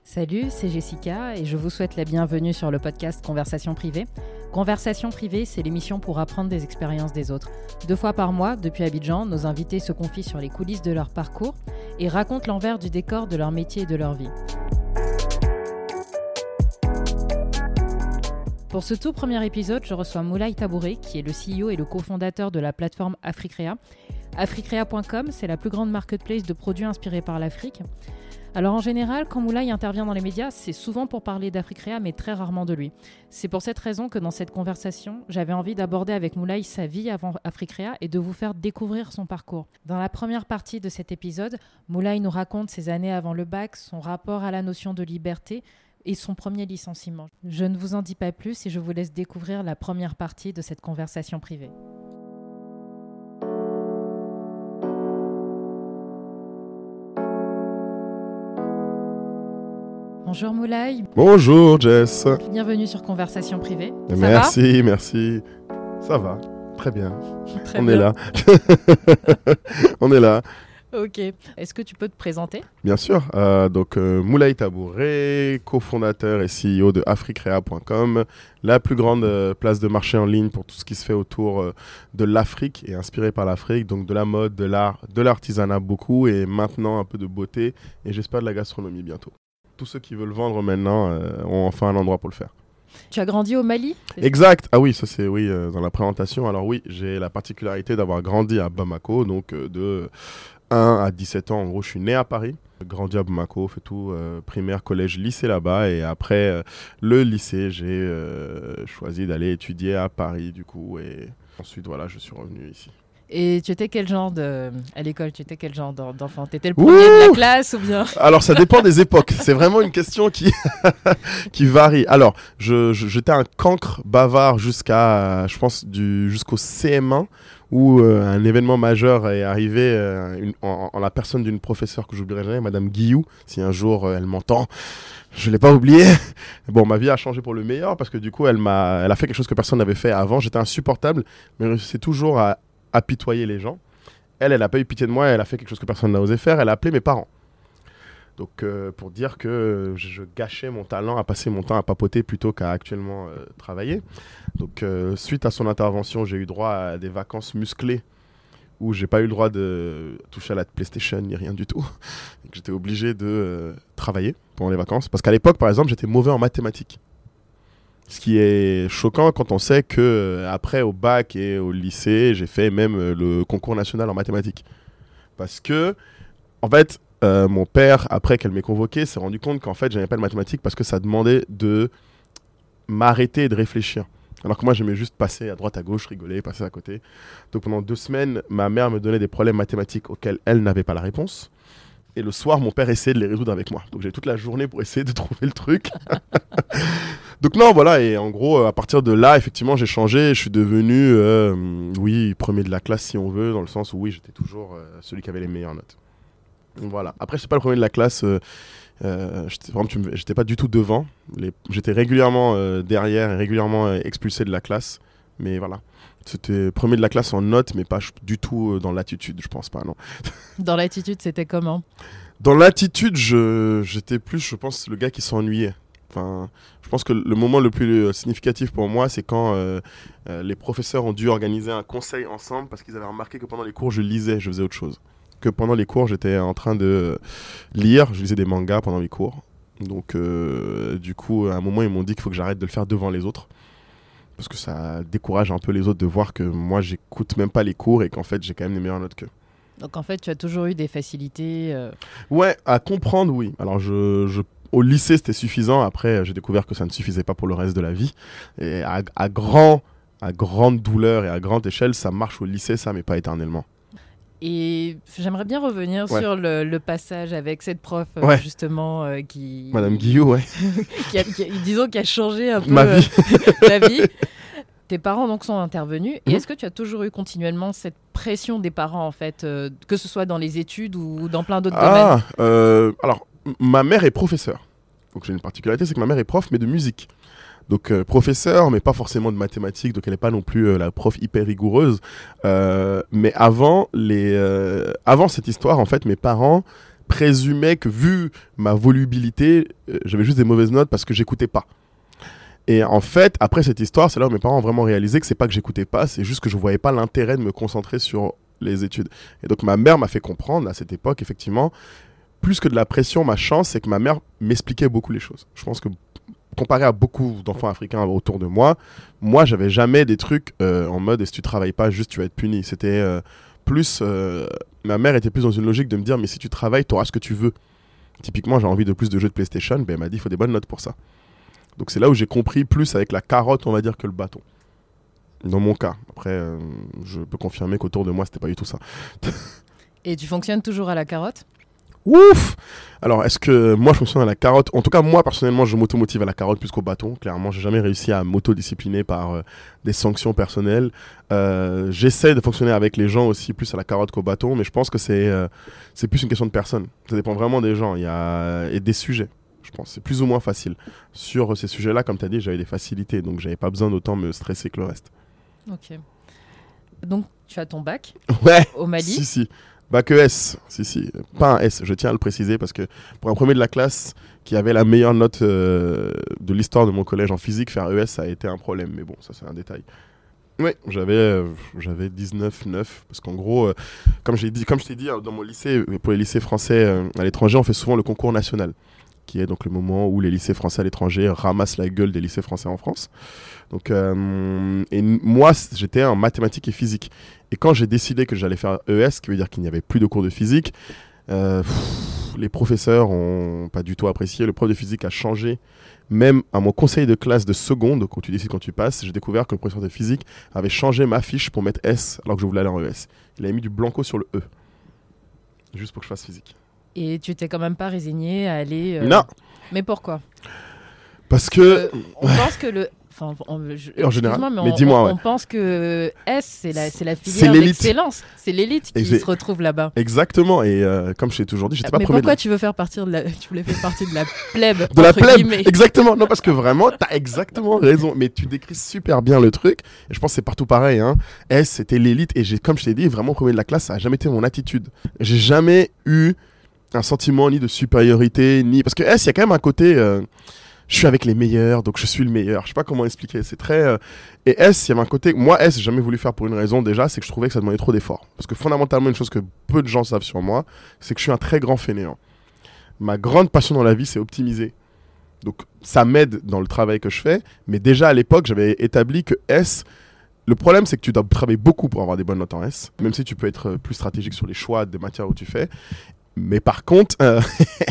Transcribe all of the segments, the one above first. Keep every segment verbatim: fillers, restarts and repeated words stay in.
Salut, c'est Jessica et je vous souhaite la bienvenue sur le podcast Conversation privée. Conversation privée, c'est l'émission pour apprendre des expériences des autres. Deux fois par mois, depuis Abidjan, nos invités se confient sur les coulisses de leur parcours et racontent l'envers du décor de leur métier et de leur vie. Pour ce tout premier épisode, je reçois Moulay Tabouré, qui est le C E O et le cofondateur de la plateforme Africrea. Africrea point com, c'est la plus grande marketplace de produits inspirés par l'Afrique. Alors en général, quand Moulay intervient dans les médias, c'est souvent pour parler d'Africrea, mais très rarement de lui. C'est pour cette raison que dans cette conversation, j'avais envie d'aborder avec Moulay sa vie avant Africrea et de vous faire découvrir son parcours. Dans la première partie de cet épisode, Moulay nous raconte ses années avant le bac, son rapport à la notion de liberté et son premier licenciement. Je ne vous en dis pas plus et je vous laisse découvrir la première partie de cette conversation privée. Bonjour Moulay. Bonjour Jess. Bienvenue sur Conversation privée. Ça merci, va merci. Ça va, très bien. Très On bien. est là. On est là. Ok. Est-ce que tu peux te présenter ? Bien sûr. Euh, donc euh, Moulay Tabouré, cofondateur et C E O de Africrea point com, la plus grande euh, place de marché en ligne pour tout ce qui se fait autour euh, de l'Afrique et inspiré par l'Afrique, donc de la mode, de l'art, de l'artisanat beaucoup et maintenant un peu de beauté et j'espère de la gastronomie bientôt. Tous ceux qui veulent vendre maintenant euh, ont enfin un endroit pour le faire. Tu as grandi au Mali ? Exact. Ah oui, ça c'est oui euh, dans la présentation. Alors oui, j'ai la particularité d'avoir grandi à Bamako, donc euh, de un à dix-sept ans. En gros, je suis né à Paris, grandi à Bamako, fait tout euh, primaire, collège, lycée là-bas, et après euh, le lycée, j'ai euh, choisi d'aller étudier à Paris du coup, et ensuite voilà, je suis revenu ici. Et tu étais quel genre de... à l'école, tu étais quel genre d'en- d'enfant ? Tu étais le premier Ouh de la classe ou bien ? Alors, ça dépend des époques. C'est vraiment une question qui, qui varie. Alors, je, je, j'étais un cancre bavard jusqu'à, je pense, du, jusqu'au C M un, où euh, un événement majeur est arrivé euh, une, en, en la personne d'une professeure que j'oublierai jamais, Madame Guillou. Si un jour euh, elle m'entend, je ne l'ai pas oublié. Bon, ma vie a changé pour le meilleur parce que du coup, elle, m'a, elle a fait quelque chose que personne n'avait fait avant. J'étais insupportable, mais c'est toujours à apitoyer les gens. Elle, elle n'a pas eu pitié de moi, elle a fait quelque chose que personne n'a osé faire, elle a appelé mes parents. Donc, euh, pour dire que je, je gâchais mon talent à passer mon temps à papoter plutôt qu'à actuellement euh, travailler. Donc, euh, suite à son intervention, j'ai eu droit à des vacances musclées où j'ai pas eu le droit de toucher à la PlayStation ni rien du tout. Donc, j'étais obligé de euh, travailler pendant les vacances. Parce qu'à l'époque, par exemple, j'étais mauvais en mathématiques. Ce qui est choquant quand on sait que euh, après au bac et au lycée, j'ai fait même euh, le concours national en mathématiques. Parce que, en fait, euh, mon père, après qu'elle m'ait convoqué, s'est rendu compte qu'en fait, j'aimais pas le mathématiques parce que ça demandait de m'arrêter et de réfléchir. Alors que moi, j'aimais juste passer à droite, à gauche, rigoler, passer à côté. Donc pendant deux semaines, ma mère me donnait des problèmes mathématiques auxquels elle n'avait pas la réponse. Et le soir, mon père essayait de les résoudre avec moi. Donc j'ai toute la journée pour essayer de trouver le truc. Donc non, voilà, et en gros, à partir de là, effectivement, j'ai changé. Je suis devenu, euh, oui, premier de la classe, si on veut, dans le sens où, oui, j'étais toujours euh, celui qui avait les meilleures notes. Donc voilà. Après, je suis pas le premier de la classe. Euh, euh, j'étais, vraiment, tu me- j'étais pas du tout devant. Les, j'étais régulièrement euh, derrière et régulièrement euh, expulsé de la classe. Mais voilà. C'était premier de la classe en notes, mais pas ch- du tout euh, dans l'attitude, je pense pas, non. Dans l'attitude, c'était comment ? Dans l'attitude, je, j'étais plus, je pense, le gars qui s'ennuyait. Enfin, je pense que le moment le plus euh, significatif pour moi, c'est quand euh, euh, les professeurs ont dû organiser un conseil ensemble parce qu'ils avaient remarqué que pendant les cours, je lisais, je faisais autre chose. Que pendant les cours, j'étais en train de euh, lire, je lisais des mangas pendant les cours. Donc, euh, du coup, à un moment, ils m'ont dit qu'il faut que j'arrête de le faire devant les autres. Parce que ça décourage un peu les autres de voir que moi, j'écoute même pas les cours et qu'en fait, j'ai quand même les meilleures notes qu'eux. Donc en fait, tu as toujours eu des facilités. euh, Ouais, à comprendre, oui. Alors, je, je, au lycée, c'était suffisant. Après, j'ai découvert que ça ne suffisait pas pour le reste de la vie. Et à, à, grand, à grande douleur et à grande échelle, ça marche au lycée, ça, mais pas éternellement. Et j'aimerais bien revenir Ouais. sur le, le passage avec cette prof, euh, Ouais. justement, euh, qui... Madame Guillou, ouais. qui a, qui a- disons, qui a changé un peu Ma euh, vie. ta vie. Tes parents donc sont intervenus. Et Mhm. est-ce que tu as toujours eu continuellement cette pression des parents, en fait, euh, que ce soit dans les études ou dans plein d'autres domaines ? Ah, euh, alors, m- ma mère est professeure. Donc, j'ai une particularité, c'est que ma mère est prof, mais de musique. Donc, euh, professeur, mais pas forcément de mathématiques, donc elle n'est pas non plus euh, la prof hyper rigoureuse. Euh, mais avant, les, euh, avant cette histoire, en fait, mes parents présumais que vu ma volubilité, euh, j'avais juste des mauvaises notes parce que j'écoutais pas. Et en fait, après cette histoire, c'est là où mes parents ont vraiment réalisé que c'est pas que j'écoutais pas, c'est juste que je voyais pas l'intérêt de me concentrer sur les études. Et donc ma mère m'a fait comprendre à cette époque, effectivement, plus que de la pression, ma chance, c'est que ma mère m'expliquait beaucoup les choses. Je pense que comparé à beaucoup d'enfants africains autour de moi, moi, j'avais jamais des trucs euh, en mode, si tu travailles pas, juste tu vas être puni. C'était euh, plus... Euh, ma mère était plus dans une logique de me dire, mais si tu travailles, tu auras ce que tu veux. Typiquement, j'ai envie de plus de jeux de PlayStation, ben, elle m'a dit, il faut des bonnes notes pour ça. Donc c'est là où j'ai compris plus avec la carotte, on va dire, que le bâton. Dans mon cas. Après, euh, je peux confirmer qu'autour de moi, c'était pas du tout ça. Et tu fonctionnes toujours à la carotte ? Ouf! Alors, est-ce que moi, je fonctionne à la carotte? En tout cas, moi, personnellement, je m'automotive à la carotte plus qu'au bâton. Clairement, j'ai jamais réussi à m'autodiscipliner par euh, des sanctions personnelles. Euh, j'essaie de fonctionner avec les gens aussi plus à la carotte qu'au bâton, mais je pense que c'est euh, c'est plus une question de personne. Ça dépend vraiment des gens. Il y a... et des sujets. Je pense c'est plus ou moins facile. Sur ces sujets-là, comme tu as dit, j'avais des facilités, donc j'avais pas besoin d'autant me stresser que le reste. Ok. Donc, tu as ton bac ouais. au Mali. Si, si. Bac E S. Si, si. Pas un S, je tiens à le préciser, parce que pour un premier de la classe qui avait la meilleure note euh, de l'histoire de mon collège en physique, faire E S, ça a été un problème. Mais bon, ça, c'est un détail. Oui, j'avais, euh, j'avais dix-neuf neuf, parce qu'en gros, euh, comme, j'ai dit, comme je t'ai dit, dans mon lycée, pour les lycées français euh, à l'étranger, on fait souvent le concours national, qui est donc le moment où les lycées français à l'étranger ramassent la gueule des lycées français en France. Donc, euh, et n- moi, c- j'étais en mathématiques et physique. Et quand j'ai décidé que j'allais faire E S, ce qui veut dire qu'il n'y avait plus de cours de physique, euh, pff, les professeurs n'ont pas du tout apprécié. Le prof de physique a changé. Même à mon conseil de classe de seconde, quand tu décides quand tu passes, j'ai découvert que le professeur de physique avait changé ma fiche pour mettre S alors que je voulais aller en E S. Il avait mis du blanco sur le E, juste pour que je fasse physique. Et tu t'es quand même pas résigné à aller... euh, Non. Mais pourquoi ? Parce que... Euh, on pense que le... Enfin, on- je- En général, excuse-moi, mais, mais on, dis-moi, on- ouais. on pense que S, c'est la, c'est la C'est filière l'élite. d'excellence. C'est l'élite Et qui j'ai- se retrouve là-bas. Exactement, et euh, comme je t'ai toujours dit, j'étais pas Mais premier de pourquoi la... tu veux faire partie de la... Tu voulais faire partie de la plèbe, De la entre plèbe, guillemets. exactement. Non, parce que vraiment, t'as exactement raison. Mais tu décris super bien le truc. Et je pense que c'est partout pareil. Hein. S, c'était l'élite. Et j'ai, comme je t'ai dit, vraiment premier de la classe, ça a jamais été mon attitude. J'ai jamais eu un sentiment ni de supériorité, ni... Parce que S, il y a quand même un côté... euh, je suis avec les meilleurs, donc je suis le meilleur. Je sais pas comment expliquer. C'est très... euh, Et S, il y avait un côté... Moi, S, j'ai jamais voulu faire pour une raison déjà, c'est que je trouvais que ça demandait trop d'efforts. Parce que fondamentalement, une chose que peu de gens savent sur moi, c'est que je suis un très grand fainéant. Ma grande passion dans la vie, c'est optimiser. Donc ça m'aide dans le travail que je fais, mais déjà à l'époque, j'avais établi que S, le problème c'est que tu dois travailler beaucoup pour avoir des bonnes notes en S, même si tu peux être plus stratégique sur les choix des matières où tu fais. Mais par contre, euh,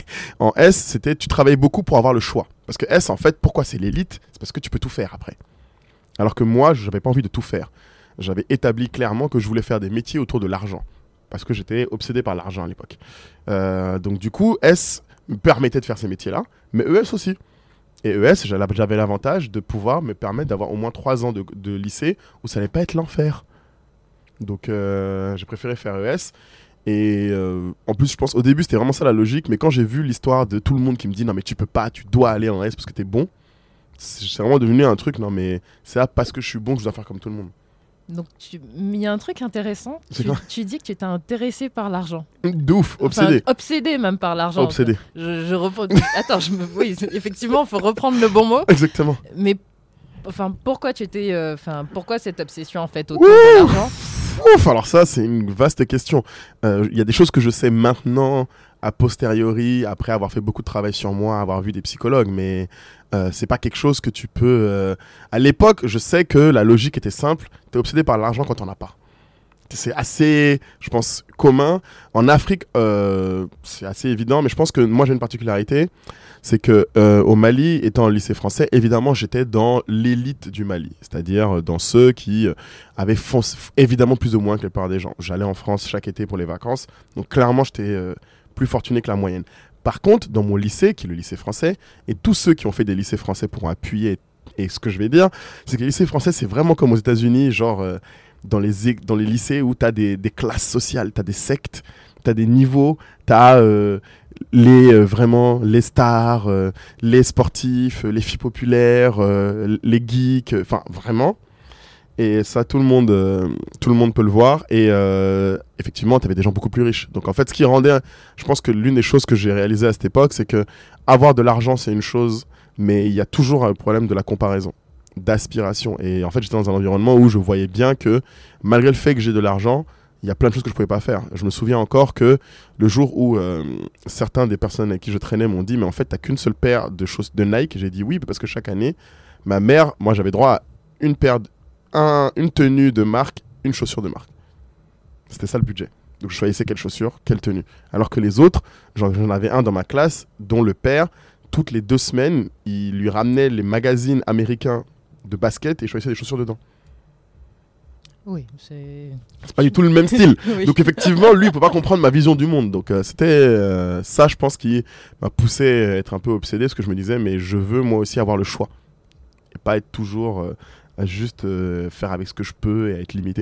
en S, c'était tu travailles beaucoup pour avoir le choix. Parce que S, en fait, pourquoi c'est l'élite ? C'est parce que tu peux tout faire après. Alors que moi, je n'avais pas envie de tout faire. J'avais établi clairement que je voulais faire des métiers autour de l'argent. Parce que j'étais obsédé par l'argent à l'époque. Euh, donc du coup, S me permettait de faire ces métiers-là, mais E S aussi. Et E S, j'avais j'avais l'avantage de pouvoir me permettre d'avoir au moins trois ans de, de lycée où ça n'allait pas être l'enfer. Donc euh, j'ai préféré faire E S. Et euh, en plus, je pense, au début, c'était vraiment ça la logique, mais quand j'ai vu l'histoire de tout le monde qui me dit non mais tu peux pas, tu dois aller en S parce que t'es bon, c'est c'est vraiment devenu un truc, non mais c'est là parce que je suis bon que je dois faire comme tout le monde. Donc, tu- il y a un truc intéressant. C'est Tu, quoi tu dis que tu étais intéressé par l'argent. De ouf, obsédé. Enfin, obsédé même par l'argent. Obsédé. Je, je reprends... Attends, je me... oui, effectivement, il faut reprendre le bon mot. Exactement. Mais enfin, pourquoi tu étais, euh, enfin, pourquoi cette obsession en fait autour de l'argent ? Ouf, alors ça, c'est une vaste question. Il euh, y a des choses que je sais maintenant, a posteriori, après avoir fait beaucoup de travail sur moi, avoir vu des psychologues, mais euh, c'est pas quelque chose que tu peux... Euh... À l'époque, je sais que la logique était simple. T'es obsédé par l'argent quand t'en as pas. C'est assez, je pense, commun. En Afrique, euh, c'est assez évident, mais je pense que moi, j'ai une particularité. C'est que euh, au Mali, étant au lycée français, évidemment, j'étais dans l'élite du Mali. C'est-à-dire dans ceux qui euh, avaient fonc- évidemment plus ou moins que la plupart des gens. J'allais en France chaque été pour les vacances. Donc clairement, j'étais euh, plus fortuné que la moyenne. Par contre, dans mon lycée, qui est le lycée français, et tous ceux qui ont fait des lycées français pourront appuyer, et ce que je vais dire, c'est que les lycées français, c'est vraiment comme aux États-Unis, genre... Euh, dans les, dans les lycées où tu as des, des classes sociales, tu as des sectes, tu as des niveaux, tu as euh, les, euh, vraiment les stars, euh, les sportifs, euh, les filles populaires, euh, les geeks, enfin euh, vraiment. Et ça, tout le monde, euh, tout le monde peut le voir. Et euh, effectivement, tu avais des gens beaucoup plus riches. Donc en fait, ce qui rendait... Je pense que l'une des choses que j'ai réalisées à cette époque, c'est que avoir de l'argent, c'est une chose, mais il y a toujours un problème de la comparaison, d'aspiration. Et en fait, j'étais dans un environnement où je voyais bien que malgré le fait que j'ai de l'argent, il y a plein de choses que je ne pouvais pas faire. Je me souviens encore que le jour où euh, certains des personnes avec qui je traînais m'ont dit « Mais en fait, tu n'as qu'une seule paire de choses de Nike ?» J'ai dit « Oui, parce que chaque année, ma mère, moi, j'avais droit à une paire, de, un, une tenue de marque, une chaussure de marque. » C'était ça le budget. Donc, je choisissais quelle chaussure, quelle tenue. Alors que les autres, j'en, j'en avais un dans ma classe dont le père, toutes les deux semaines, il lui ramenait les magazines américains de basket et il choisissait des chaussures dedans. Oui, c'est... C'est pas du tout le même style. Oui. Donc effectivement, lui, il peut pas comprendre ma vision du monde. Donc euh, c'était euh, ça, je pense, qui m'a poussé à être un peu obsédé, parce que je me disais, mais je veux moi aussi avoir le choix. Et pas être toujours euh, à juste euh, faire avec ce que je peux et à être limité.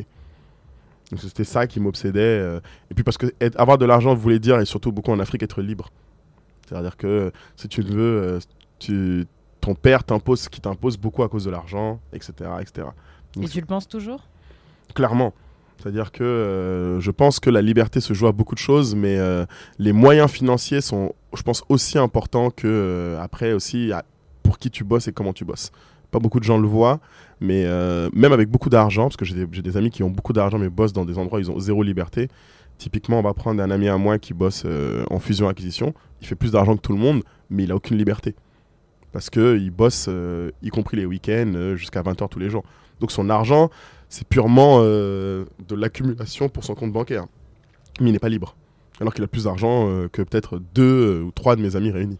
Donc c'était ça qui m'obsédait. Euh, et puis parce que être, avoir de l'argent voulait dire, et surtout beaucoup en Afrique, être libre. C'est-à-dire que si tu le veux, euh, tu, ton père t'impose ce qui t'impose beaucoup à cause de l'argent, et cetera, et cetera. Donc, Et tu le penses toujours ? Clairement. C'est-à-dire que euh, je pense que la liberté se joue à beaucoup de choses, mais euh, les moyens financiers sont, je pense, aussi importants que, euh, après aussi, à, pour qui tu bosses et comment tu bosses. Pas beaucoup de gens le voient, mais euh, même avec beaucoup d'argent, parce que j'ai des, j'ai des amis qui ont beaucoup d'argent mais bossent dans des endroits où ils ont zéro liberté. Typiquement, on va prendre un ami à moi qui bosse euh, en fusion-acquisition. Il fait plus d'argent que tout le monde, mais il n'a aucune liberté. Parce qu'il bosse, euh, y compris les week-ends, euh, jusqu'à vingt heures tous les jours. Donc son argent, c'est purement euh, de l'accumulation pour son compte bancaire. Mais il n'est pas libre. Alors qu'il a plus d'argent euh, que peut-être deux euh, ou trois de mes amis réunis.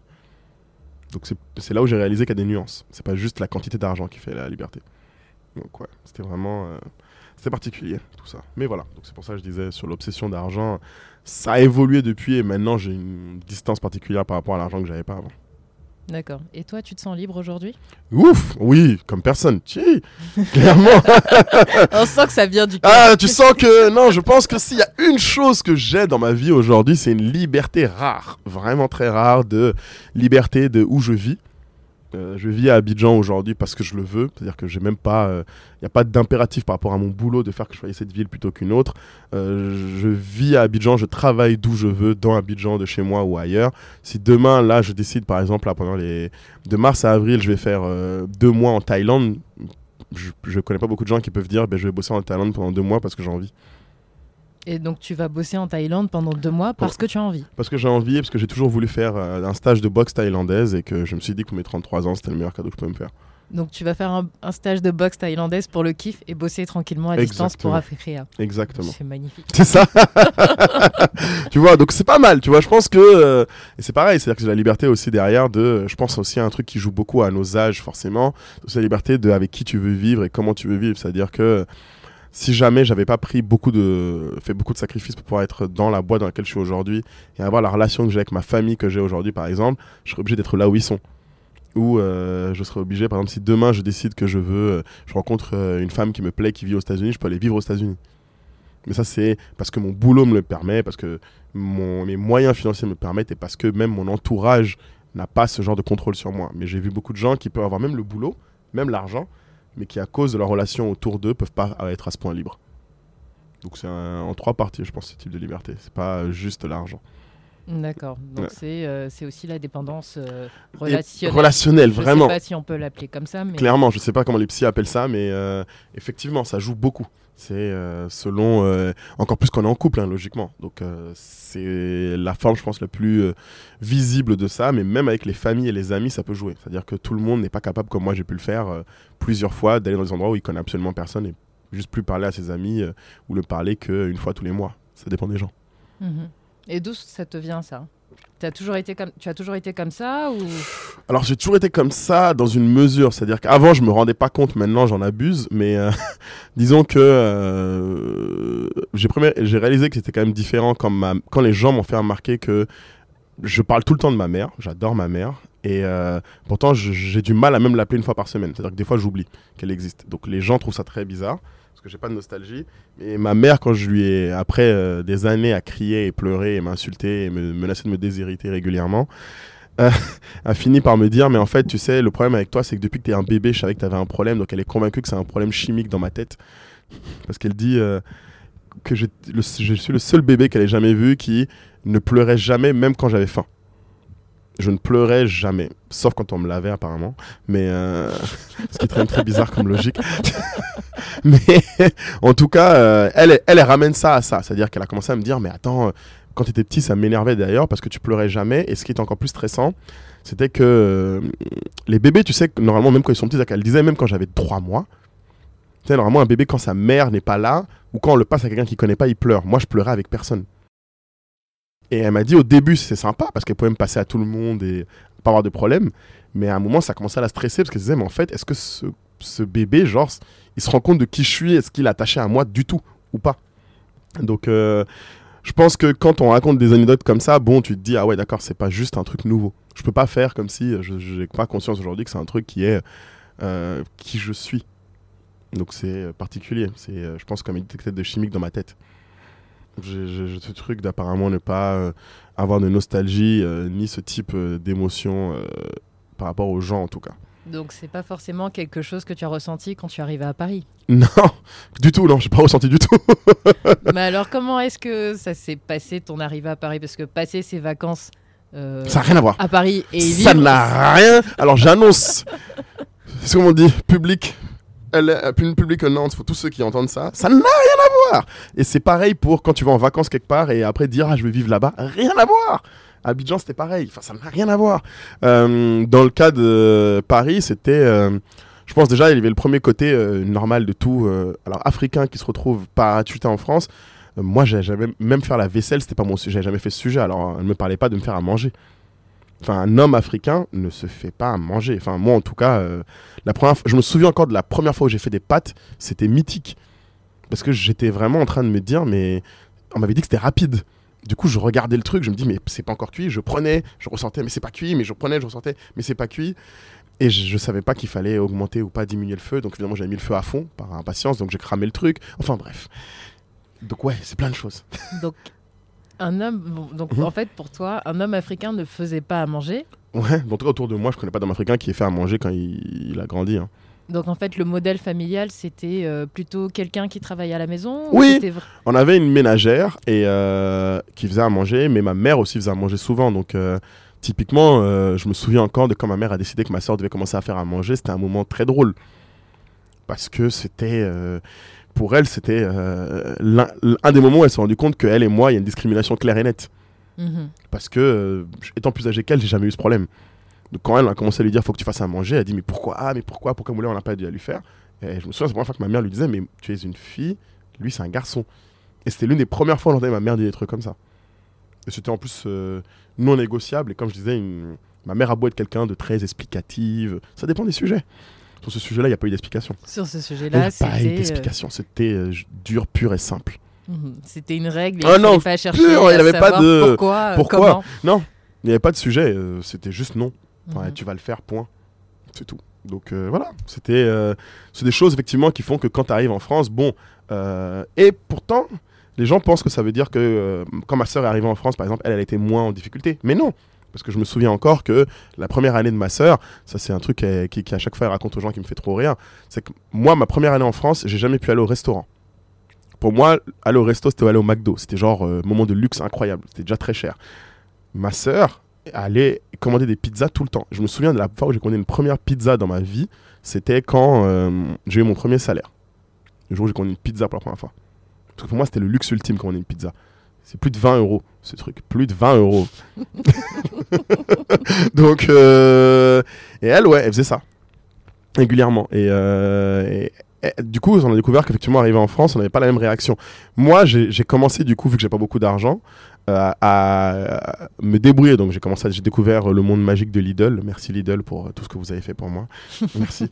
Donc c'est, c'est là où j'ai réalisé qu'il y a des nuances. C'est pas juste la quantité d'argent qui fait la liberté. Donc ouais, c'était vraiment... Euh, c'était particulier, tout ça. Mais voilà, donc c'est pour ça que je disais, sur l'obsession d'argent, ça a évolué depuis et maintenant j'ai une distance particulière par rapport à l'argent que j'avais pas avant. D'accord. Et toi, tu te sens libre aujourd'hui ? Ouf, oui, comme personne. Tchi, clairement. On sent que ça vient du cœur. Ah, tu sens que... Non, je pense que s'il y a une chose que j'ai dans ma vie aujourd'hui, c'est une liberté rare. Vraiment très rare de liberté de où je vis. Euh, je vis à Abidjan aujourd'hui parce que je le veux. C'est-à-dire que j'ai même pas... Il euh, n'y a pas d'impératif par rapport à mon boulot de faire que je choisisse cette ville plutôt qu'une autre. Euh, je vis à Abidjan, je travaille d'où je veux, dans Abidjan, de chez moi ou ailleurs. Si demain, là, je décide, par exemple, là, pendant les... de mars à avril, je vais faire euh, deux mois en Thaïlande, je ne connais pas beaucoup de gens qui peuvent dire ben, je vais bosser en Thaïlande pendant deux mois parce que j'ai envie. Et donc tu vas bosser en Thaïlande pendant deux mois parce que tu as envie. Parce que j'ai envie et parce que j'ai toujours voulu faire euh, un stage de boxe thaïlandaise et que je me suis dit que pour mes trente-trois ans, c'était le meilleur cadeau que je pouvais me faire. Donc tu vas faire un, un stage de boxe thaïlandaise pour le kiff et bosser tranquillement à Exactement. distance pour Africrea. Exactement. C'est magnifique. C'est ça. Tu vois, donc c'est pas mal. Tu vois, je pense que... Euh, et c'est pareil, c'est-à-dire que j'ai la liberté aussi derrière de... Je pense aussi à un truc qui joue beaucoup à nos âges, forcément. C'est la liberté de avec qui tu veux vivre et comment tu veux vivre. C'est-à-dire que... Si jamais j'avais pas pris beaucoup de, fait beaucoup de sacrifices pour pouvoir être dans la boîte dans laquelle je suis aujourd'hui et avoir la relation que j'ai avec ma famille que j'ai aujourd'hui, par exemple, je serais obligé d'être là où ils sont. Ou euh, je serais obligé, par exemple, si demain je décide que je veux, euh, je rencontre euh, une femme qui me plaît, qui vit aux États-Unis, je peux aller vivre aux États-Unis. Mais ça, c'est parce que mon boulot me le permet, parce que mon, mes moyens financiers me le permettent et parce que même mon entourage n'a pas ce genre de contrôle sur moi. Mais j'ai vu beaucoup de gens qui peuvent avoir même le boulot, même l'argent, mais qui, à cause de leur relation autour d'eux, peuvent pas être à ce point libre. Donc c'est un, en trois parties, je pense, ce type de liberté. C'est pas juste l'argent. D'accord. Donc Ouais. c'est, euh, c'est aussi la dépendance euh, relationnelle. Relationnelle, Je vraiment. sais pas si on peut l'appeler comme ça, mais... Clairement, je sais pas comment les psys appellent ça, mais euh, effectivement, ça joue beaucoup. C'est euh, selon... Euh, encore plus qu'on est en couple, hein, logiquement. Donc euh, c'est la forme, je pense, la plus euh, visible de ça. Mais même avec les familles et les amis, ça peut jouer. C'est-à-dire que tout le monde n'est pas capable, comme moi j'ai pu le faire euh, plusieurs fois, d'aller dans des endroits où il connaît absolument personne et juste plus parler à ses amis euh, ou le parler qu'une fois tous les mois. Ça dépend des gens. Mhm. Et d'où ça te vient, ça ? T'as toujours été comme... Tu as toujours été comme ça ou... Alors j'ai toujours été comme ça dans une mesure, c'est-à-dire qu'avant je me rendais pas compte, maintenant j'en abuse, mais euh, disons que euh, j'ai, premier... j'ai réalisé que c'était quand même différent quand, ma... quand les gens m'ont fait remarquer que je parle tout le temps de ma mère, j'adore ma mère, et euh, pourtant je... j'ai du mal à même l'appeler une fois par semaine, c'est-à-dire que des fois j'oublie qu'elle existe. Donc les gens trouvent ça très bizarre, parce que j'ai pas de nostalgie, et ma mère, quand je lui ai, après euh, des années à crier et pleurer et m'insulter et me menacer de me déshériter régulièrement, euh, a fini par me dire, mais en fait, tu sais, le problème avec toi, c'est que depuis que tu es un bébé, je savais que tu avais un problème, donc elle est convaincue que c'est un problème chimique dans ma tête. Parce qu'elle dit euh, que je, le, je suis le seul bébé qu'elle ait jamais vu qui ne pleurait jamais, même quand j'avais faim. Je ne pleurais jamais, sauf quand on me lavait apparemment, mais euh, ce qui est très, très bizarre comme logique. Mais en tout cas, euh, elle, elle, elle ramène ça à ça, c'est-à-dire qu'elle a commencé à me dire, mais attends, quand tu étais petit, ça m'énervait d'ailleurs parce que tu pleurais jamais, et ce qui est encore plus stressant, c'était que euh, les bébés, tu sais, normalement, même quand ils sont petits, elle disait même quand j'avais trois mois, tu sais, normalement, un bébé, quand sa mère n'est pas là, ou quand on le passe à quelqu'un qui ne connaît pas, il pleure. Moi, je pleurais avec personne. Et elle m'a dit au début c'est sympa parce qu'elle pouvait me passer à tout le monde et pas avoir de problème, mais à un moment ça commençait à la stresser parce qu'elle se disait mais en fait est-ce que ce, ce bébé genre il se rend compte de qui je suis, est-ce qu'il est attaché à moi du tout ou pas. Donc euh, je pense que quand on raconte des anecdotes comme ça, bon tu te dis ah ouais d'accord c'est pas juste un truc nouveau. Je peux pas faire comme si je n'ai pas conscience aujourd'hui que c'est un truc qui est euh, qui je suis. Donc c'est particulier, c'est je pense comme une tête de chimique dans ma tête. J'ai, j'ai ce truc d'apparemment ne pas euh, avoir de nostalgie euh, ni ce type euh, d'émotion euh, par rapport aux gens en tout cas. Donc c'est pas forcément quelque chose que tu as ressenti quand tu es arrivé à Paris? Non, du tout, non, j'ai pas ressenti du tout. Mais alors comment est-ce que ça s'est passé ton arrivée à Paris? Parce que passer ses vacances euh, ça n'a rien à voir. À Paris et vivre... Ça n'a rien. Alors j'annonce, c'est comme on dit, public. Elle est une public annonce pour tous ceux qui entendent ça, ça n'a rien à voir. Et c'est pareil pour quand tu vas en vacances quelque part et après dire ah je vais vivre là-bas, rien à voir. À Abidjan c'était pareil, enfin ça n'a rien à voir. Euh, dans le cas de Paris, c'était, euh, je pense déjà il y avait le premier côté euh, normal de tout, euh, alors africain qui se retrouve parachuté en France. Euh, moi j'ai jamais même faire la vaisselle, c'était pas mon sujet, j'avais jamais fait ce sujet. Alors elle me parlait pas de me faire à manger. Enfin, un homme africain ne se fait pas à manger. Enfin, moi, en tout cas, euh, la première fois, je me souviens encore de la première fois où j'ai fait des pâtes. C'était mythique. Parce que j'étais vraiment en train de me dire, mais on m'avait dit que c'était rapide. Du coup, je regardais le truc, je me dis, mais c'est pas encore cuit. Je prenais, je ressentais, mais c'est pas cuit. Mais je prenais, je ressentais, mais c'est pas cuit. Et je, je savais pas qu'il fallait augmenter ou pas diminuer le feu. Donc, finalement, j'avais mis le feu à fond par impatience. Donc, j'ai cramé le truc. Enfin, bref. Donc, ouais, c'est plein de choses. Donc, un homme, bon, donc mmh. en fait, pour toi, un homme africain ne faisait pas à manger. Ouais, en tout cas, autour de moi, je connais pas d'homme africain qui ait fait à manger quand il, il a grandi. Hein. Donc, en fait, le modèle familial, c'était euh, plutôt quelqu'un qui travaillait à la maison? Oui, ou on avait une ménagère et, euh, qui faisait à manger, mais ma mère aussi faisait à manger souvent. Donc, euh, typiquement, euh, je me souviens encore de quand ma mère a décidé que ma soeur devait commencer à faire à manger. C'était un moment très drôle. Parce que c'était... Euh, pour elle, c'était euh, l'un, un des moments où elle s'est rendue compte qu'elle et moi, il y a une discrimination claire et nette. Mmh. Parce que, euh, étant plus âgée qu'elle, j'ai jamais eu ce problème. Donc quand elle a commencé à lui dire, il faut que tu fasses à manger, elle a dit, mais pourquoi ah, mais pourquoi Pourquoi Moulin, on n'a pas dû à lui faire? Et je me souviens, c'est la première fois que ma mère lui disait, mais tu es une fille, lui, c'est un garçon. Et c'était l'une des premières fois où j'entendais ma mère dire des trucs comme ça. Et c'était en plus euh, non négociable. Et comme je disais, une... ma mère a beau être quelqu'un de très explicative, ça dépend des sujets. Sur ce sujet-là, il n'y a pas eu d'explication. Sur ce sujet-là, c'était... Il n'y a pas eu d'explication. C'était euh, dur, pur et simple. Mmh. C'était une règle. Ah non, pas chercher pur, il n'y avait pas de... Pourquoi, pourquoi comment. Non, il n'y avait pas de sujet. Euh, c'était juste non. Enfin, mmh. Tu vas le faire, point. C'est tout. Donc euh, voilà. C'était, euh, c'est des choses, effectivement, qui font que quand tu arrives en France, bon... Euh, et pourtant, les gens pensent que ça veut dire que euh, quand ma sœur est arrivée en France, par exemple, elle, elle était moins en difficulté. Mais non. Parce que je me souviens encore que la première année de ma sœur, ça c'est un truc qui, qui, qui à chaque fois elle raconte aux gens qui me fait trop rire, c'est que moi, ma première année en France, j'ai jamais pu aller au restaurant. Pour moi, aller au resto, c'était aller au McDo. C'était genre euh, moment de luxe incroyable. C'était déjà très cher. Ma sœur allait commander des pizzas tout le temps. Je me souviens de la fois où j'ai commandé une première pizza dans ma vie, c'était quand euh, j'ai eu mon premier salaire. Le jour où j'ai commandé une pizza pour la première fois. Parce que pour moi, c'était le luxe ultime commander une pizza. C'est plus de vingt euros, ce truc. Plus de vingt euros. Donc, euh... et elle, ouais, elle faisait ça. Régulièrement. Et, euh... et, et du coup, on a découvert qu'effectivement, arrivé en France, on n'avait pas la même réaction. Moi, j'ai, j'ai commencé, du coup, vu que j'ai pas beaucoup d'argent, euh, à me débrouiller. Donc, j'ai commencé, à, j'ai découvert le monde magique de Lidl. Merci Lidl pour tout ce que vous avez fait pour moi. Merci.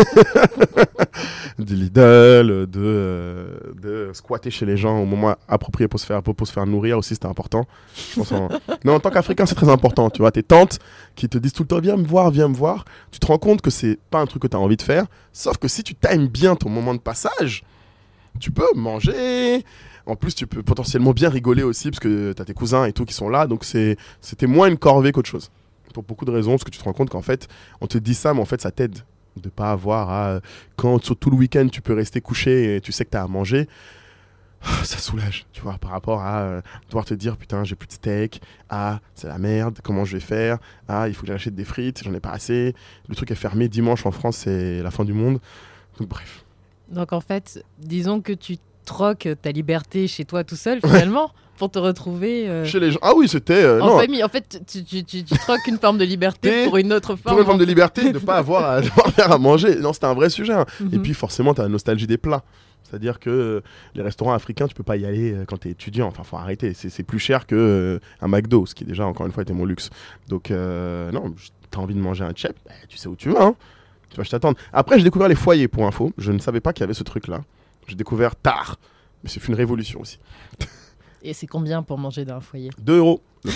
de Lidl, de, euh, de squatter chez les gens au moment approprié pour se faire, pour, pour se faire nourrir aussi, c'était important. Je pense en... Non, en tant qu'Africain, c'est très important. Tu vois, tes tantes qui te disent tout le temps, viens me voir, viens me voir. Tu te rends compte que c'est pas un truc que tu as envie de faire. Sauf que si tu times bien ton moment de passage, tu peux manger. En plus, tu peux potentiellement bien rigoler aussi parce que tu as tes cousins et tout qui sont là. Donc, c'est, c'était moins une corvée qu'autre chose. pour beaucoup de raisons, parce que tu te rends compte qu'en fait, on te dit ça, mais en fait, ça t'aide de pas avoir à... Quand sur tout le week-end, tu peux rester couché et tu sais que tu as à manger, ça soulage, tu vois, par rapport à euh, devoir te dire, putain, j'ai plus de steak, ah, c'est la merde, comment je vais faire, ah, il faut que j'achète des frites, j'en ai pas assez, le truc est fermé, dimanche en France, c'est la fin du monde. Donc bref. Donc en fait, disons que tu troques ta liberté chez toi tout seul, finalement, pour te retrouver... Euh... Chez les gens. Ah oui, c'était... Euh, en non. famille. En fait, tu, tu, tu, tu troques une forme de liberté pour une autre forme. Pour une forme de liberté, de ne pas avoir à devoir faire à manger. Non, c'était un vrai sujet. Hein. Mm-hmm. Et puis forcément, tu as la nostalgie des plats. C'est-à-dire que euh, les restaurants africains, tu peux pas y aller euh, quand tu es étudiant. Enfin, faut arrêter. C'est, c'est plus cher qu'un euh, McDo, ce qui déjà, encore une fois, était mon luxe. Donc, euh, non, tu as envie de manger un chip, bah, tu sais où tu vas. Hein. Tu vas je t'attendre. Après, j'ai découvert les foyers, pour info. Je ne savais pas qu'il y avait ce truc-là. J'ai découvert tard. Mais c'est une révolution aussi. Et c'est combien pour manger dans un foyer? deux euros le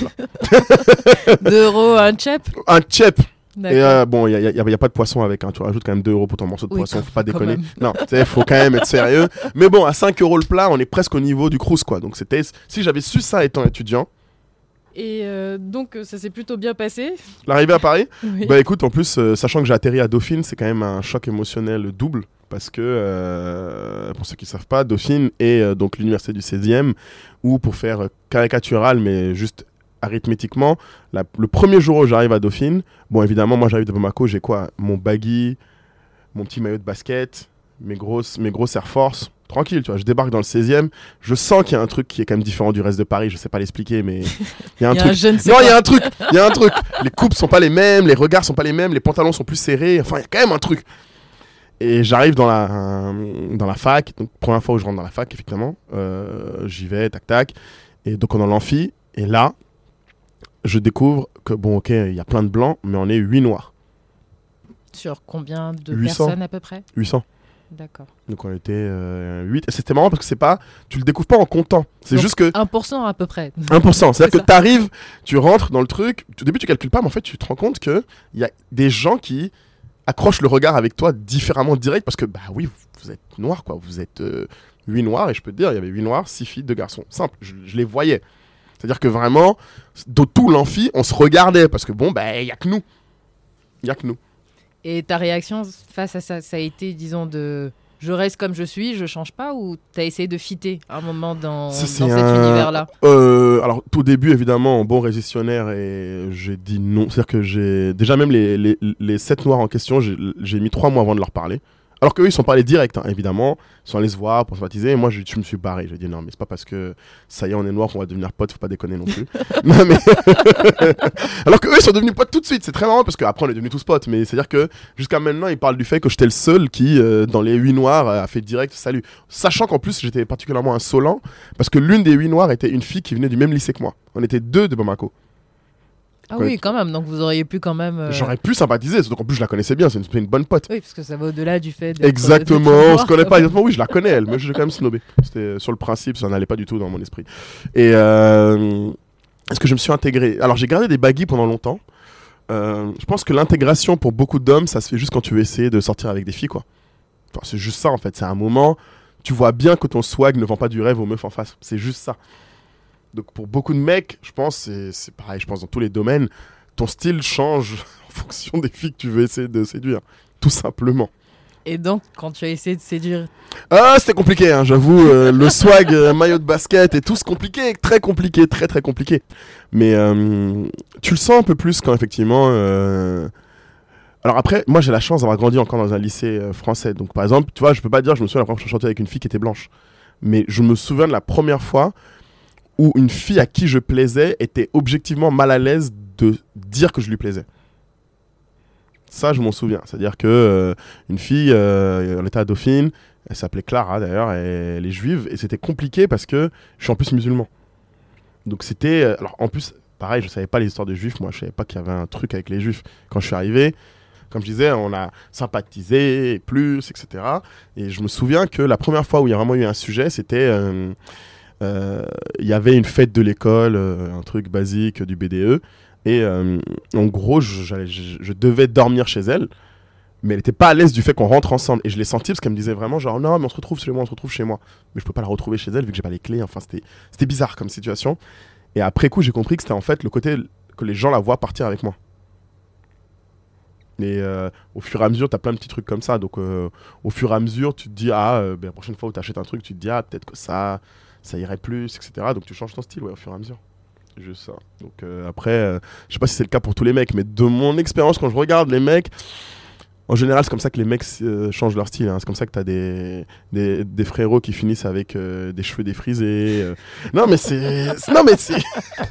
plat. deux euros un chep? Un chep. D'accord. Et euh, bon, il n'y a, a, a pas de poisson avec, hein. Tu rajoutes quand même deux euros pour ton morceau de oui, poisson, faut pas déconner. Non, tu sais, faut quand même être sérieux. Mais bon, à cinq euros le plat, on est presque au niveau du Crous, quoi. Donc c'était, si j'avais su ça étant étudiant. Et euh, donc ça s'est plutôt bien passé. L'arrivée à Paris? Oui. Bah écoute, en plus, euh, sachant que j'ai atterri à Dauphine, c'est quand même un choc émotionnel double. Parce que, euh, pour ceux qui ne savent pas, Dauphine est euh, donc l'université du seizième, où pour faire euh, caricatural, mais juste arithmétiquement, la, le premier jour où j'arrive à Dauphine, bon évidemment, moi j'arrive de Bamako, j'ai quoi? Mon baggy, mon petit maillot de basket, mes grosses, mes grosses Air Force, tranquille, tu vois, je débarque dans le seizième, je sens qu'il y a un truc qui est quand même différent du reste de Paris, je sais pas l'expliquer, mais il y a un y a truc. Un non, il y a un truc, il y a un truc. Les coupes sont pas les mêmes, les regards sont pas les mêmes, les pantalons sont plus serrés, enfin il y a quand même un truc. Et j'arrive dans la, euh, dans la fac, donc première fois où je rentre dans la fac, effectivement, euh, j'y vais, tac tac, et donc on est dans l'amphi, et là, je découvre que, bon ok, il y a plein de blancs, mais on est huit noirs. Sur combien de huit cents personnes à peu près? huit cents. D'accord. Donc on était euh, huit, et c'était marrant parce que c'est pas, tu le découvres pas en comptant, c'est donc juste que... un pour cent à peu près. un pour cent, c'est-à-dire c'est que tu arrives, tu rentres dans le truc, au début tu calcules pas, mais en fait tu te rends compte qu'il y a des gens qui... accroche le regard avec toi différemment direct parce que bah oui vous êtes noir quoi, vous êtes euh, huit noirs et je peux te dire il y avait huit noirs, six filles, deux garçons, simple, je, je les voyais, c'est à dire que vraiment de tout l'amphi on se regardait parce que bon bah il y a que nous il y a que nous. Et ta réaction face à ça, ça a été disons de je reste comme je suis, je change pas, ou t'as essayé de fitter à un moment dans, dans cet un... univers-là? euh, Alors, tout début, évidemment, en bon résitionnaire, et j'ai dit non. C'est-à-dire que j'ai... Déjà, même les, les, les sept noirs en question, j'ai, j'ai mis trois mois avant de leur parler. Alors qu'eux, ils sont parlés direct, hein, évidemment. Ils sont allés se voir pour sympathiser. Et moi, je, je me suis barré. J'ai dit non, mais c'est pas parce que ça y est, on est noir qu'on va devenir potes. Faut pas déconner non plus. Non, mais alors qu'eux, ils sont devenus potes tout de suite. C'est très marrant parce qu'après, on est devenus tous potes. Mais c'est-à-dire que jusqu'à maintenant, ils parlent du fait que j'étais le seul qui, euh, dans les huit noirs, a fait direct salut. Sachant qu'en plus, j'étais particulièrement insolent parce que l'une des huit noirs était une fille qui venait du même lycée que moi. On était deux de Bamako. Ah oui, quand même, donc vous auriez pu quand même... Euh... J'aurais pu sympathiser, surtout qu'en plus je la connaissais bien, c'est une, une bonne pote. Oui, parce que ça va au-delà du fait d'être... Exactement, on se connaît pas exactement, oui, je la connais elle, mais j'ai quand même snobé. C'était sur le principe, ça n'allait pas du tout dans mon esprit. Et euh, est-ce que je me suis intégré? Alors j'ai gardé des baggy pendant longtemps. Euh, je pense que l'intégration pour beaucoup d'hommes, ça se fait juste quand tu veux essayer de sortir avec des filles, quoi. Enfin, c'est juste ça en fait, c'est un moment, tu vois bien que ton swag ne vend pas du rêve aux meufs en face, c'est juste ça. Donc pour beaucoup de mecs, je pense, c'est, c'est pareil, je pense dans tous les domaines, ton style change en fonction des filles que tu veux essayer de séduire, tout simplement. Et donc, quand tu as essayé de séduire... Ah, c'était compliqué, hein, j'avoue, euh, le swag, euh, maillot de basket et tout, c'est compliqué, très compliqué, très très compliqué. Mais euh, tu le sens un peu plus quand effectivement... Euh... Alors après, moi j'ai la chance d'avoir grandi encore dans un lycée euh, français, donc par exemple, tu vois, je peux pas dire, je me souviens la première fois que je chantais avec une fille qui était blanche, mais je me souviens de la première fois où une fille à qui je plaisais était objectivement mal à l'aise de dire que je lui plaisais. Ça, je m'en souviens. C'est-à-dire que euh, une fille, euh, on était à Dauphine, elle s'appelait Clara d'ailleurs, et elle est juive, et c'était compliqué parce que je suis en plus musulman. Donc c'était... Euh, alors en plus, pareil, je savais pas les histoires des juifs, moi je savais pas qu'il y avait un truc avec les juifs. Quand je suis arrivé, comme je disais, on a sympathisé plus, et cetera. Et je me souviens que la première fois où il y a vraiment eu un sujet, c'était... Euh, il euh, y avait une fête de l'école, euh, un truc basique du B D E, et euh, en gros je, je, je devais dormir chez elle, mais elle n'était pas à l'aise du fait qu'on rentre ensemble, et je l'ai senti parce qu'elle me disait vraiment genre non mais on se retrouve chez moi, on se retrouve chez moi, mais je peux pas la retrouver chez elle vu que j'ai pas les clés, enfin c'était, c'était bizarre comme situation. Et après coup j'ai compris que c'était en fait le côté que les gens la voient partir avec moi. Et euh, au fur et à mesure, tu as plein de petits trucs comme ça. Donc, euh, au fur et à mesure, tu te dis, ah, euh, ben, la prochaine fois où tu achètes un truc, tu te dis, ah, peut-être que ça, ça irait plus, et cetera. Donc, tu changes ton style, ouais, au fur et à mesure. Juste ça. Donc, euh, après, euh, je sais pas si c'est le cas pour tous les mecs, mais de mon expérience, quand je regarde les mecs, en général, c'est comme ça que les mecs euh, changent leur style. Hein. C'est comme ça que tu as des, des, des frérots qui finissent avec euh, des cheveux défrisés. Euh. Non, mais c'est. Non, mais c'est.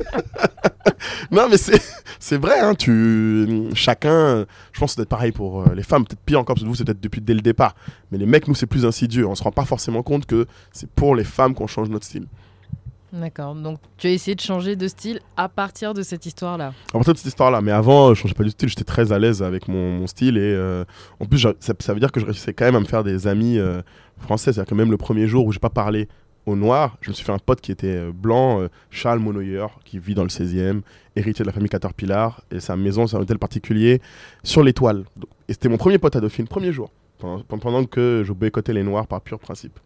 non, mais c'est, c'est vrai. Hein, tu... Chacun. Je pense que c'est peut-être pareil pour euh, les femmes. Peut-être pire encore, parce que vous, c'est peut-être depuis dès le départ. Mais les mecs, nous, c'est plus insidieux. On se rend pas forcément compte que c'est pour les femmes qu'on change notre style. D'accord, donc tu as essayé de changer de style à partir de cette histoire-là. À partir de cette histoire-là, mais avant, je changeais pas du style, j'étais très à l'aise avec mon, mon style et euh, en plus, ça, ça veut dire que je réussissais quand même à me faire des amis euh, français. C'est-à-dire que même le premier jour où j'ai pas parlé aux Noirs, je me suis fait un pote qui était euh, blanc, euh, Charles Monoyer, qui vit dans le seizième, héritier de la famille Caterpillar, et sa maison, c'est un hôtel particulier sur l'Étoile. Donc, et c'était mon premier pote à Dauphine, premier jour, pendant, pendant que je boycottais les Noirs par pur principe.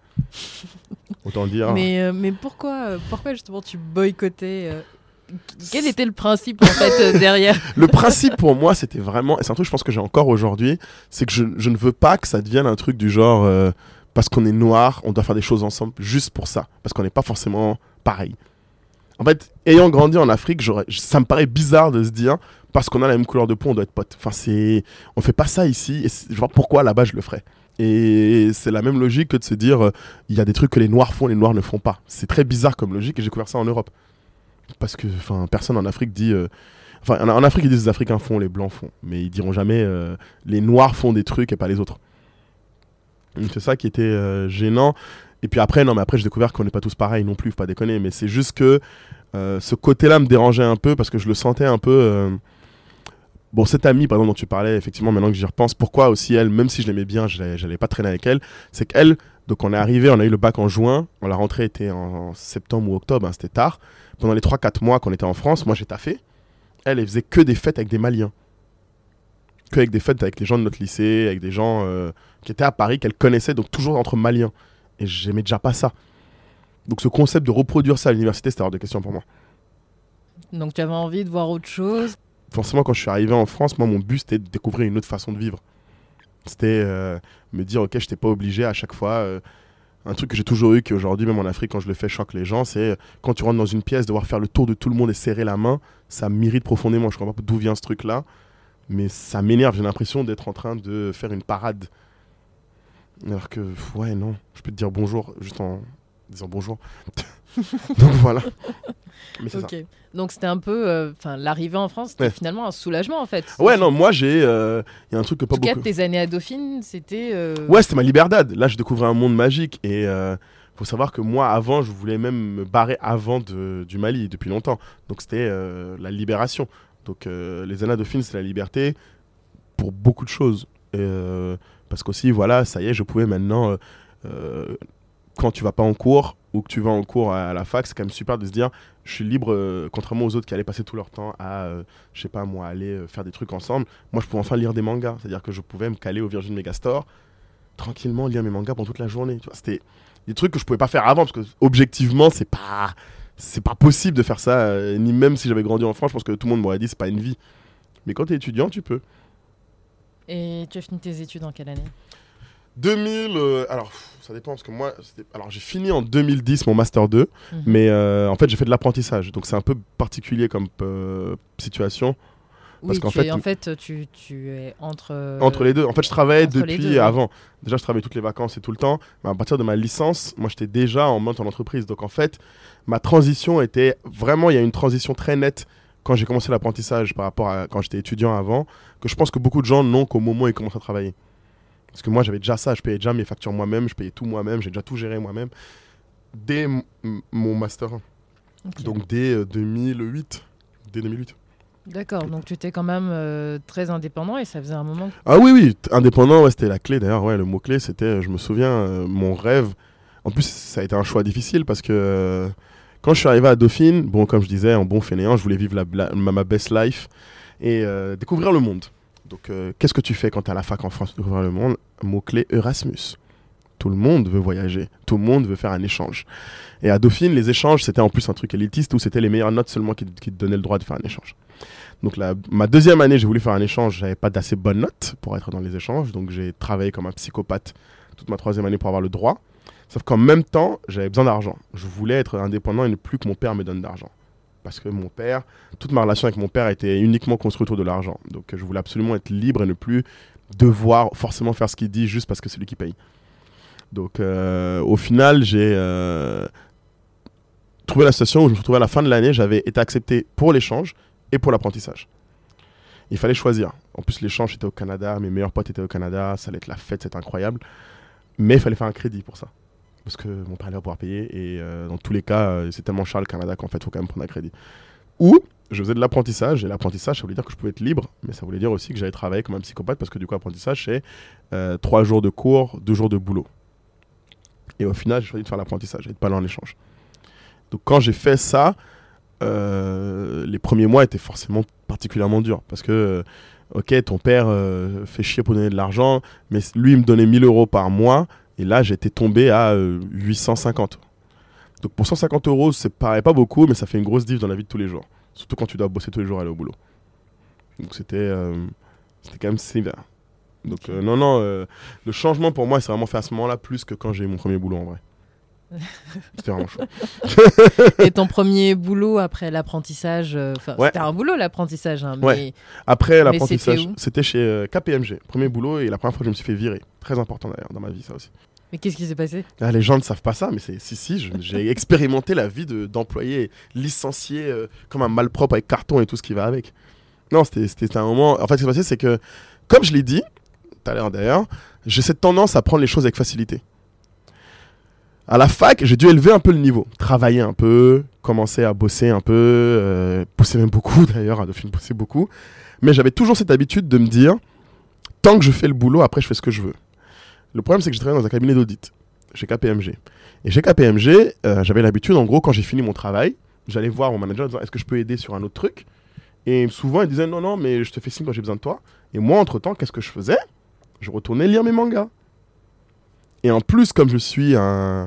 Autant dire. Mais, euh, mais pourquoi, euh, pourquoi justement tu boycottais euh, Quel était le principe en fait euh, derrière Le principe pour moi, c'était vraiment, et c'est un truc je pense que j'ai encore aujourd'hui, c'est que je, je ne veux pas que ça devienne un truc du genre euh, parce qu'on est noir, on doit faire des choses ensemble juste pour ça, parce qu'on n'est pas forcément pareil. En fait, ayant grandi en Afrique, ça me paraît bizarre de se dire parce qu'on a la même couleur de peau, on doit être potes. Enfin, c'est, on fait pas ça ici. Et je vois pourquoi là-bas je le ferais. Et c'est la même logique que de se dire, il euh, y a des trucs que les Noirs font, les Noirs ne font pas. C'est très bizarre comme logique et j'ai découvert ça en Europe. Parce que personne en Afrique dit... Euh, enfin, en, en Afrique, ils disent les Africains font, les Blancs font. Mais ils diront jamais, euh, les Noirs font des trucs et pas les autres. Donc, c'est ça qui était euh, gênant. Et puis après, non, mais après, j'ai découvert qu'on n'est pas tous pareils non plus, faut pas déconner. Mais c'est juste que euh, ce côté-là me dérangeait un peu parce que je le sentais un peu... Euh, Bon, cette amie, par exemple, dont tu parlais, effectivement, maintenant que j'y repense, pourquoi aussi elle, même si je l'aimais bien, je n'allais pas traîner avec elle, c'est qu'elle, donc on est arrivé, on a eu le bac en juin, la rentrée était en, en septembre ou octobre, hein, c'était tard. Pendant les trois quatre mois qu'on était en France, moi j'ai taffé. Elle, elle faisait que des fêtes avec des Maliens. Que avec des fêtes avec les gens de notre lycée, avec des gens euh, qui étaient à Paris, qu'elle connaissait, donc toujours entre Maliens. Et j'aimais déjà pas ça. Donc ce concept de reproduire ça à l'université, c'était hors de question pour moi. Donc tu avais envie de voir autre chose? Forcément, quand je suis arrivé en France, moi, mon but, c'était de découvrir une autre façon de vivre. C'était euh, me dire, ok, je n'étais pas obligé à chaque fois. Euh, un truc que j'ai toujours eu, qui aujourd'hui, même en Afrique, quand je le fais, choque les gens, c'est quand tu rentres dans une pièce, devoir faire le tour de tout le monde et serrer la main, ça m'irrite profondément. Je ne comprends pas d'où vient ce truc-là, mais ça m'énerve. J'ai l'impression d'être en train de faire une parade. Alors que, ouais, non, je peux te dire bonjour, juste en disant bonjour. Donc voilà. Mais c'est okay. ça. Donc c'était un peu, enfin, euh, l'arrivée en France, c'était ouais. finalement un soulagement en fait. Ouais, non, moi j'ai, il euh, y a un truc que pas beaucoup. En tout cas, tes années à Dauphine, c'était. Euh... Ouais, c'était ma liberdade. Là, je découvrais un monde magique et euh, faut savoir que moi, avant, je voulais même me barrer avant de, du Mali depuis longtemps. Donc c'était euh, la libération. Donc euh, les années à Dauphine, c'est la liberté pour beaucoup de choses. Et, euh, parce qu'aussi, voilà, ça y est, je pouvais maintenant, euh, euh, quand tu vas pas en cours ou que tu vas en cours à la fac, c'est quand même super de se dire je suis libre, euh, contrairement aux autres qui allaient passer tout leur temps à, euh, je sais pas moi, aller euh, faire des trucs ensemble. Moi, je pouvais enfin lire des mangas. C'est-à-dire que je pouvais me caler au Virgin Megastore, tranquillement lire mes mangas pendant toute la journée. Tu vois, c'était des trucs que je pouvais pas faire avant, parce que objectivement, c'est pas, c'est pas possible de faire ça. Euh, ni même si j'avais grandi en France, je pense que tout le monde m'aurait dit c'est pas une vie. Mais quand tu es étudiant, tu peux. Et tu as fini tes études en quelle année ? deux mille, euh, alors ça dépend parce que moi, alors j'ai fini en deux mille dix mon master deux, mmh. mais euh, en fait j'ai fait de l'apprentissage, donc c'est un peu particulier comme euh, situation. Parce oui, qu'en tu fait, es, en fait tu, tu es entre... Euh, entre les deux. En fait, je travaillais depuis deux, avant. Oui. Déjà, je travaillais toutes les vacances et tout le temps. Mais à partir de ma licence, moi, j'étais déjà en mode en entreprise. Donc, en fait, ma transition était... Vraiment, il y a une transition très nette quand j'ai commencé l'apprentissage par rapport à quand j'étais étudiant avant, que je pense que beaucoup de gens n'ont qu'au moment où ils commencent à travailler. Parce que moi, j'avais déjà ça. Je payais déjà mes factures moi-même. Je payais tout moi-même. J'ai déjà tout géré moi-même. Dès m- mon master un. Okay. Donc, dès euh, deux mille huit. Dès deux mille huit. D'accord, donc tu étais quand même euh, très indépendant et ça faisait un moment... Que... Ah oui, oui, indépendant, ouais, c'était la clé d'ailleurs. Ouais, le mot-clé, c'était, je me souviens, euh, mon rêve. En plus, ça a été un choix difficile parce que euh, quand je suis arrivé à Dauphine, bon, comme je disais, en bon fainéant, je voulais vivre la, la, ma, ma best life et euh, découvrir le monde. Donc, euh, qu'est-ce que tu fais quand tu es à la fac en France pour découvrir le monde ? Mot-clé Erasmus. Tout le monde veut voyager. Tout le monde veut faire un échange. Et à Dauphine, les échanges, c'était en plus un truc élitiste où c'était les meilleures notes seulement qui, qui te donnaient le droit de faire un échange. Donc la, ma deuxième année, j'ai voulu faire un échange. J'avais pas d'assez bonnes notes pour être dans les échanges. Donc j'ai travaillé comme un psychopathe toute ma troisième année pour avoir le droit. Sauf qu'en même temps, j'avais besoin d'argent. Je voulais être indépendant et ne plus que mon père me donne d'argent. Parce que mon père, toute ma relation avec mon père était uniquement construite autour de l'argent. Donc je voulais absolument être libre et ne plus devoir forcément faire ce qu'il dit juste parce que c'est lui qui paye. Donc euh, au final, j'ai euh, trouvé la situation où je me suis retrouvé à la fin de l'année, j'avais été accepté pour l'échange et pour l'apprentissage. Il fallait choisir. En plus, l'échange était au Canada, mes meilleurs potes étaient au Canada, ça allait être la fête, c'était incroyable. Mais il fallait faire un crédit pour ça. Parce que mon père allait pouvoir payer et euh, dans tous les cas, euh, c'est tellement cher le Canada qu'en fait, il faut quand même prendre un crédit. Ou je faisais de l'apprentissage et l'apprentissage, ça voulait dire que je pouvais être libre, mais ça voulait dire aussi que j'allais travailler comme un psychopathe parce que du coup, l'apprentissage, c'est euh, trois jours de cours, deux jours de boulot. Et au final, j'ai choisi de faire l'apprentissage et de pas aller en échange. Donc quand j'ai fait ça, euh, les premiers mois étaient forcément particulièrement durs parce que, euh, ok, ton père euh, fait chier pour donner de l'argent, mais lui, il me donnait mille euros par mois et là, j'étais tombé à euh, huit cent cinquante. Donc pour cent cinquante euros, ça paraît pas beaucoup, mais ça fait une grosse diff dans la vie de tous les jours. Surtout quand tu dois bosser tous les jours et aller au boulot. Donc c'était, euh, c'était quand même sévère. Donc euh, non, non, euh, le changement pour moi, c'est vraiment fait à ce moment-là plus que quand j'ai eu mon premier boulot en vrai. C'était vraiment chaud. Et ton premier boulot après l'apprentissage, euh, ouais. C'était un boulot l'apprentissage. Hein, ouais. mais... Après l'apprentissage, c'était, c'était chez euh, K P M G, premier boulot et la première fois que je me suis fait virer. Très important d'ailleurs dans ma vie, ça aussi. Mais qu'est-ce qui s'est passé ? Ah, les gens ne savent pas ça, mais c'est si, si, je, j'ai expérimenté la vie de, d'employé licencié euh, comme un malpropre avec carton et tout ce qui va avec. Non, c'était, c'était un moment... En fait, ce qui s'est passé, c'est que, comme je l'ai dit, tout à l'heure d'ailleurs, j'ai cette tendance à prendre les choses avec facilité. À la fac, j'ai dû élever un peu le niveau, travailler un peu, commencer à bosser un peu, euh, bosser même beaucoup d'ailleurs, à Dauphine bosser beaucoup. Mais j'avais toujours cette habitude de me dire, tant que je fais le boulot, après je fais ce que je veux. Le problème, c'est que je travaillais dans un cabinet d'audit, chez K P M G. Et chez K P M G, euh, j'avais l'habitude, en gros, quand j'ai fini mon travail, j'allais voir mon manager en disant, est-ce que je peux aider sur un autre truc ? Et souvent, il disait, non, non, mais je te fais signe quand j'ai besoin de toi. Et moi, entre-temps, qu'est-ce que je faisais ? Je retournais lire mes mangas. Et en plus, comme je suis un,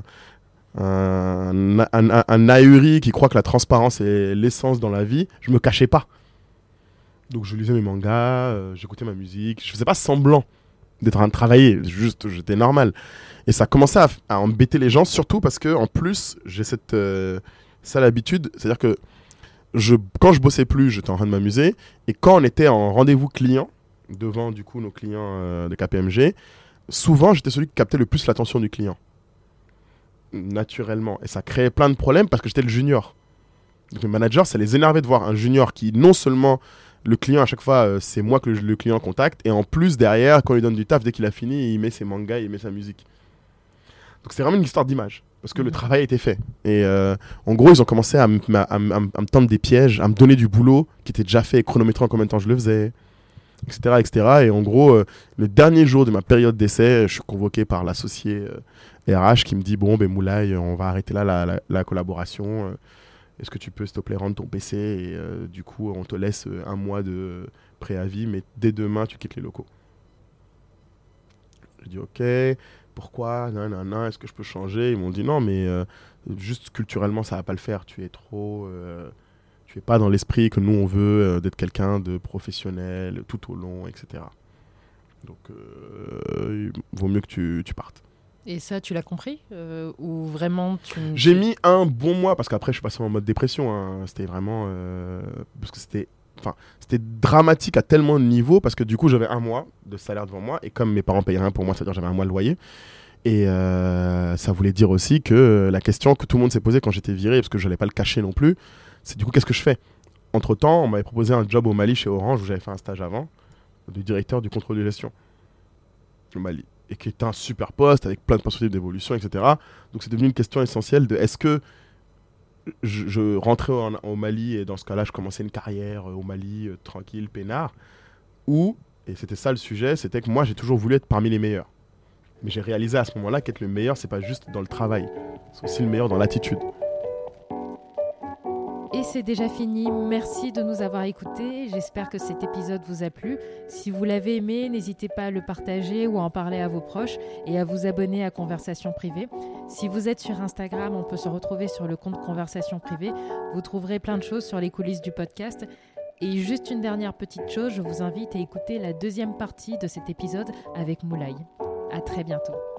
un, un, un, un ahuri qui croit que la transparence est l'essence dans la vie, je me cachais pas. Donc je lisais mes mangas, euh, j'écoutais ma musique, je faisais pas semblant d'être en train de travailler, juste j'étais normal. Et ça commençait à, à embêter les gens, surtout parce que en plus j'ai cette euh, ça l'habitude, c'est-à-dire que je, quand je bossais plus, j'étais en train de m'amuser, et quand on était en rendez-vous client devant du coup nos clients euh, de K P M G, souvent j'étais celui qui captait le plus l'attention du client, naturellement, et ça créait plein de problèmes parce que j'étais le junior. Donc les managers, ça les énervait de voir un junior qui non seulement le client, à chaque fois, euh, c'est moi que le, le client contacte. Et en plus, derrière, quand il donne du taf, dès qu'il a fini, il met ses mangas, il met sa musique. Donc c'est vraiment une histoire d'image. Parce que mmh. le travail a été fait. Et euh, en gros, ils ont commencé à, m- à, à, m- à me tendre des pièges, à me donner du boulot qui était déjà fait, chronométré en combien de temps je le faisais, et cetera et cetera. Et en gros, euh, le dernier jour de ma période d'essai, je suis convoqué par l'associé euh, R H qui me dit « Bon, ben Moulay, on va arrêter là la, la, la collaboration. Euh, Est-ce que tu peux, s'il te plaît, rendre ton P C et euh, du coup, on te laisse euh, un mois de préavis, mais dès demain, tu quittes les locaux. » J'ai dit « Ok, pourquoi ? Non, non, non, est-ce que je peux changer ?» Ils m'ont dit « Non, mais euh, juste culturellement, ça va pas le faire. Tu es trop... Euh, tu es pas dans l'esprit que nous, on veut euh, d'être quelqu'un de professionnel tout au long, et cetera. Donc, euh, il vaut mieux que tu, tu partes. » Et ça, tu l'as compris euh, ou vraiment tu... J'ai mis un bon mois parce qu'après je suis passé en mode dépression. Hein. C'était vraiment euh, parce que c'était, enfin, c'était dramatique à tellement de niveaux parce que du coup j'avais un mois de salaire devant moi et comme mes parents payaient rien pour moi, c'est-à-dire j'avais un mois de loyer. Et euh, ça voulait dire aussi que la question que tout le monde s'est posée quand j'étais viré, parce que je n'allais pas le cacher non plus, c'est du coup qu'est-ce que je fais ? Entre temps, on m'avait proposé un job au Mali chez Orange où j'avais fait un stage avant, de directeur du contrôle de gestion au Mali. Et qui était un super poste avec plein de possibilités d'évolution, et cetera. Donc c'est devenu une question essentielle de est-ce que je, je rentrais en, au Mali et dans ce cas-là je commençais une carrière au Mali euh, tranquille, peinard, ou, et c'était ça le sujet, c'était que moi j'ai toujours voulu être parmi les meilleurs. Mais j'ai réalisé à ce moment-là qu'être le meilleur, c'est pas juste dans le travail, c'est aussi le meilleur dans l'attitude. Et c'est déjà fini. Merci de nous avoir écoutés. J'espère que cet épisode vous a plu. Si vous l'avez aimé, n'hésitez pas à le partager ou à en parler à vos proches et à vous abonner à Conversation Privée. Si vous êtes sur Instagram, on peut se retrouver sur le compte Conversation Privée. Vous trouverez plein de choses sur les coulisses du podcast. Et juste une dernière petite chose, je vous invite à écouter la deuxième partie de cet épisode avec Moulay. À très bientôt.